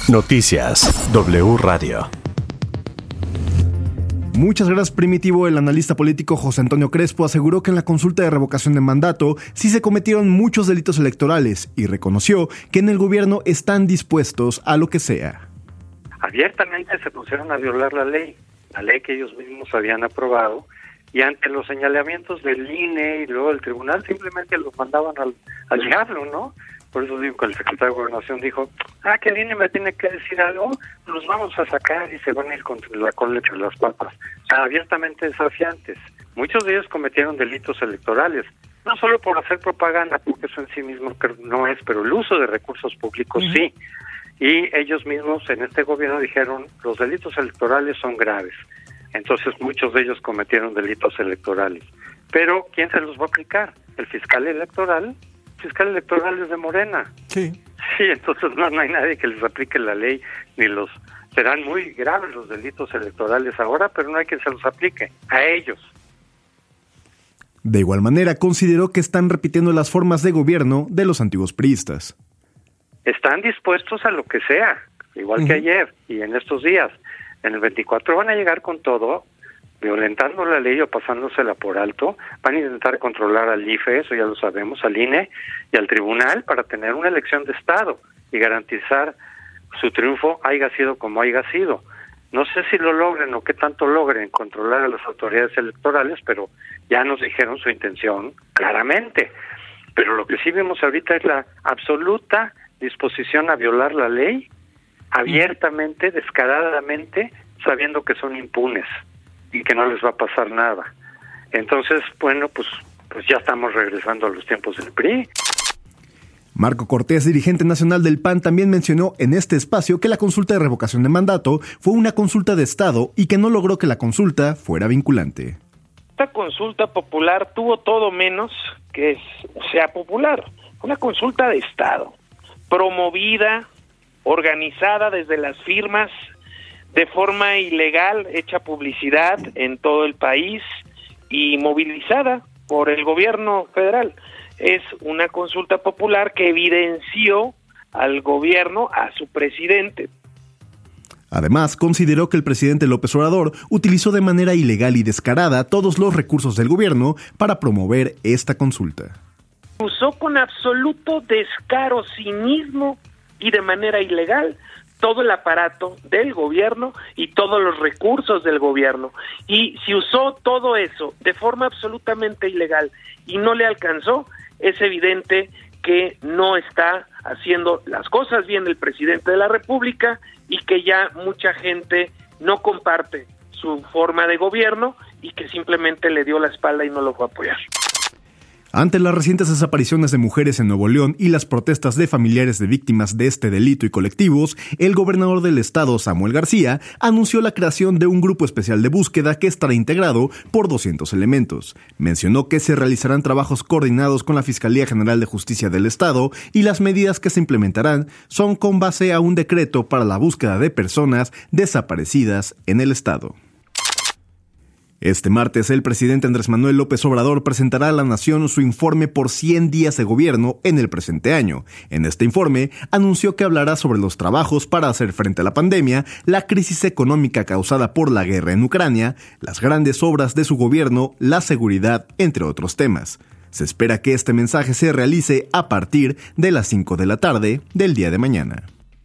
Noticias W Radio. Muchas gracias, Primitivo. El analista político José Antonio Crespo aseguró que en la consulta de revocación de mandato sí se cometieron muchos delitos electorales y reconoció que en el gobierno están dispuestos a lo que sea. Abiertamente se pusieron a violar la ley que ellos mismos habían aprobado, y ante los señalamientos del INE y luego del tribunal simplemente los mandaban al diablo, ¿no? Por eso digo que el secretario de Gobernación dijo, que el INE me tiene que decir algo, los vamos a sacar y se van a ir con la cola entre las patas. O sea, abiertamente desafiantes. Muchos de ellos cometieron delitos electorales, no solo por hacer propaganda, porque eso en sí mismo no es, pero el uso de recursos públicos sí. Y ellos mismos en este gobierno dijeron, los delitos electorales son graves. Entonces muchos de ellos cometieron delitos electorales. Pero ¿quién se los va a aplicar? ¿El fiscal electoral? El fiscal electoral es de Morena. Sí, entonces no hay nadie que les aplique la ley, ni los... Serán muy graves los delitos electorales ahora, pero no hay quien se los aplique, a ellos. De igual manera, consideró que están repitiendo las formas de gobierno de los antiguos priistas. Están dispuestos a lo que sea, igual que ayer y en estos días. En el 24 van a llegar con todo, violentando la ley o pasándosela por alto. Van a intentar controlar al IFE, eso ya lo sabemos, al INE y al tribunal para tener una elección de Estado y garantizar su triunfo, haya sido como haya sido. No sé si lo logren o qué tanto logren controlar a las autoridades electorales, pero ya nos dijeron su intención claramente. Pero lo que sí vemos ahorita es la absoluta disposición a violar la ley abiertamente, descaradamente, sabiendo que son impunes y que no les va a pasar nada. Entonces, bueno, pues ya estamos regresando a los tiempos del PRI. Marco Cortés, dirigente nacional del PAN, también mencionó en este espacio que la consulta de revocación de mandato fue una consulta de Estado y que no logró que la consulta fuera vinculante. Esta consulta popular tuvo todo menos que sea popular. Una consulta de Estado, promovida, organizada desde las firmas, de forma ilegal, hecha publicidad en todo el país y movilizada por el gobierno federal. Es una consulta popular que evidenció al gobierno, a su presidente. Además, consideró que el presidente López Obrador utilizó de manera ilegal y descarada todos los recursos del gobierno para promover esta consulta. Usó con absoluto descaro, cinismo y de manera ilegal todo el aparato del gobierno y todos los recursos del gobierno. Y si usó todo eso de forma absolutamente ilegal y no le alcanzó, es evidente que no está haciendo las cosas bien el presidente de la República y que ya mucha gente no comparte su forma de gobierno y que simplemente le dio la espalda y no lo fue a apoyar. Ante las recientes desapariciones de mujeres en Nuevo León y las protestas de familiares de víctimas de este delito y colectivos, el gobernador del estado, Samuel García, anunció la creación de un grupo especial de búsqueda que estará integrado por 200 elementos. Mencionó que se realizarán trabajos coordinados con la Fiscalía General de Justicia del Estado y las medidas que se implementarán son con base a un decreto para la búsqueda de personas desaparecidas en el estado. Este martes, el presidente Andrés Manuel López Obrador presentará a la nación su informe por 100 días de gobierno en el presente año. En este informe, anunció que hablará sobre los trabajos para hacer frente a la pandemia, la crisis económica causada por la guerra en Ucrania, las grandes obras de su gobierno, la seguridad, entre otros temas. Se espera que este mensaje se realice a partir de las 5 de la tarde del día de mañana.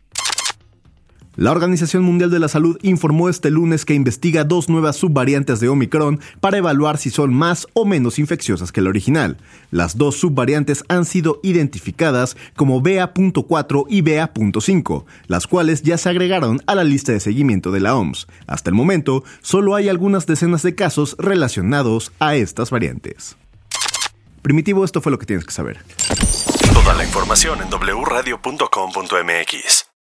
La Organización Mundial de la Salud informó este lunes que investiga 2 nuevas subvariantes de Omicron para evaluar si son más o menos infecciosas que la original. Las 2 subvariantes han sido identificadas como BA.4 y BA.5, las cuales ya se agregaron a la lista de seguimiento de la OMS. Hasta el momento, solo hay algunas decenas de casos relacionados a estas variantes. Primitivo, esto fue lo que tienes que saber. Toda la información en wradio.com.mx.